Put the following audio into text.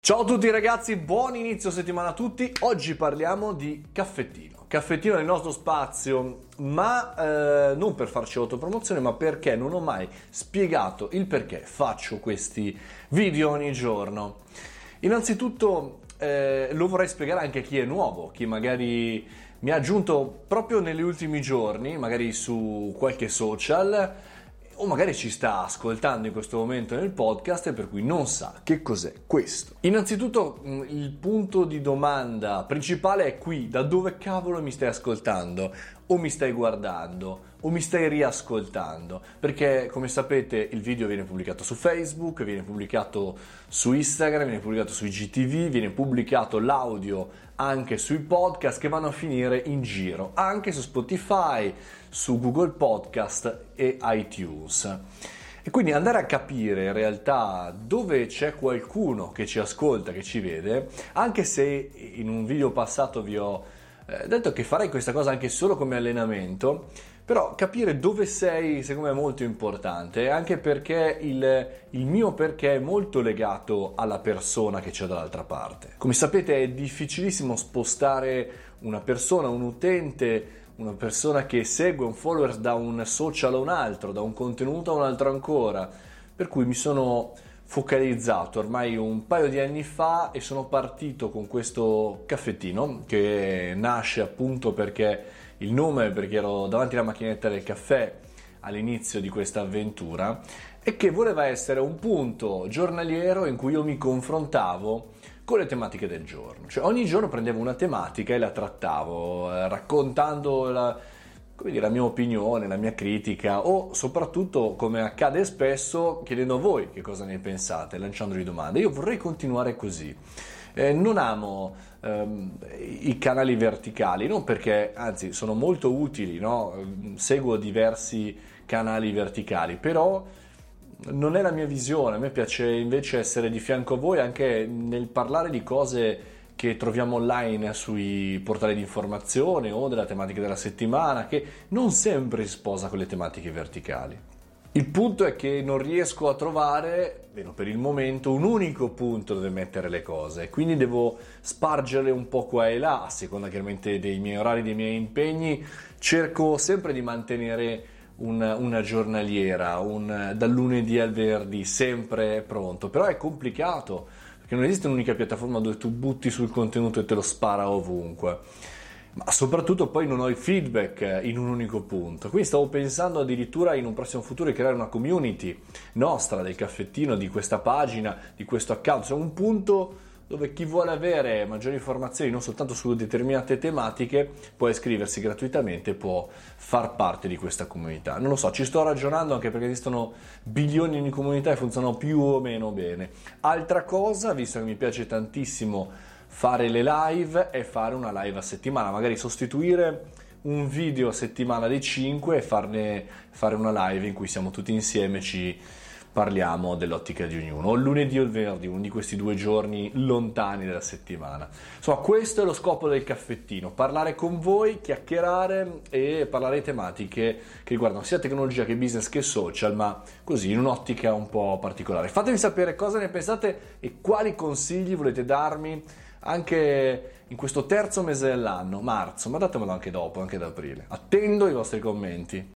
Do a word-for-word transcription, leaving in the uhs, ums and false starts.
Ciao a tutti ragazzi, buon inizio settimana a tutti. Oggi parliamo di caffettino. Caffettino nel nostro spazio, ma eh, non per farci autopromozione, ma perché non ho mai spiegato il perché faccio questi video ogni giorno. Innanzitutto eh, lo vorrei spiegare anche a chi è nuovo, chi magari mi ha aggiunto proprio negli ultimi giorni, magari su qualche social, o magari ci sta ascoltando in questo momento nel podcast e per cui non sa che cos'è questo. Innanzitutto il punto di domanda principale è qui: da dove cavolo mi stai ascoltando? O mi stai guardando? O mi stai riascoltando? Perché come sapete il video viene pubblicato su Facebook, viene pubblicato su Instagram, viene pubblicato su I G T V, viene pubblicato l'audio anche sui podcast che vanno a finire in giro, anche su Spotify, su Google Podcast e iTunes. E quindi andare a capire in realtà dove c'è qualcuno che ci ascolta, che ci vede, anche se in un video passato vi ho eh, detto che farei questa cosa anche solo come allenamento, però capire dove sei secondo me è molto importante, anche perché il, il mio perché è molto legato alla persona che c'è dall'altra parte. Come sapete è difficilissimo spostare una persona, un utente, una persona che segue un follower da un social a un altro, da un contenuto a un altro ancora, per cui mi sono focalizzato ormai un paio di anni fa e sono partito con questo caffettino che nasce appunto perché il nome, perché ero davanti alla macchinetta del caffè all'inizio di questa avventura e che voleva essere un punto giornaliero in cui io mi confrontavo con le tematiche del giorno. Cioè ogni giorno prendevo una tematica e la trattavo eh, raccontando la, come dire, la mia opinione, la mia critica o soprattutto, come accade spesso, chiedendo a voi che cosa ne pensate, lanciandovi domande. Io vorrei continuare così. Eh, non amo ehm, i canali verticali, non perché, anzi, sono molto utili, no? Seguo diversi canali verticali, però non è la mia visione. A me piace invece essere di fianco a voi anche nel parlare di cose che troviamo online sui portali di informazione o della tematica della settimana, che non sempre si sposa con le tematiche verticali. Il punto è che non riesco a trovare, almeno per il momento, un unico punto dove mettere le cose, quindi devo spargerle un po' qua e là, a seconda chiaramente dei miei orari, dei miei impegni. Cerco sempre di mantenere una, una giornaliera, un, dal lunedì al venerdì, sempre pronto, però è complicato, perché non esiste un'unica piattaforma dove tu butti sul contenuto e te lo spara ovunque. Ma soprattutto poi non ho il feedback in un unico punto, quindi stavo pensando addirittura in un prossimo futuro di creare una community nostra del caffettino, di questa pagina, di questo account, cioè un punto dove chi vuole avere maggiori informazioni non soltanto su determinate tematiche può iscriversi gratuitamente, può far parte di questa comunità. Non lo so, ci sto ragionando anche perché esistono bilioni di comunità e funzionano più o meno bene. Altra cosa, visto che mi piace tantissimo fare le live e fare una live a settimana, magari sostituire un video a settimana dei cinque e farne fare una live in cui siamo tutti insieme e ci parliamo dell'ottica di ognuno, o il lunedì o il venerdì, uno di questi due giorni lontani della settimana. Insomma, questo è lo scopo del caffettino: parlare con voi, chiacchierare e parlare di tematiche che riguardano sia tecnologia che business che social, ma così in un'ottica un po' particolare. Fatemi sapere cosa ne pensate e quali consigli volete darmi anche in questo terzo mese dell'anno, marzo, ma datemelo anche dopo, anche ad aprile. Attendo i vostri commenti.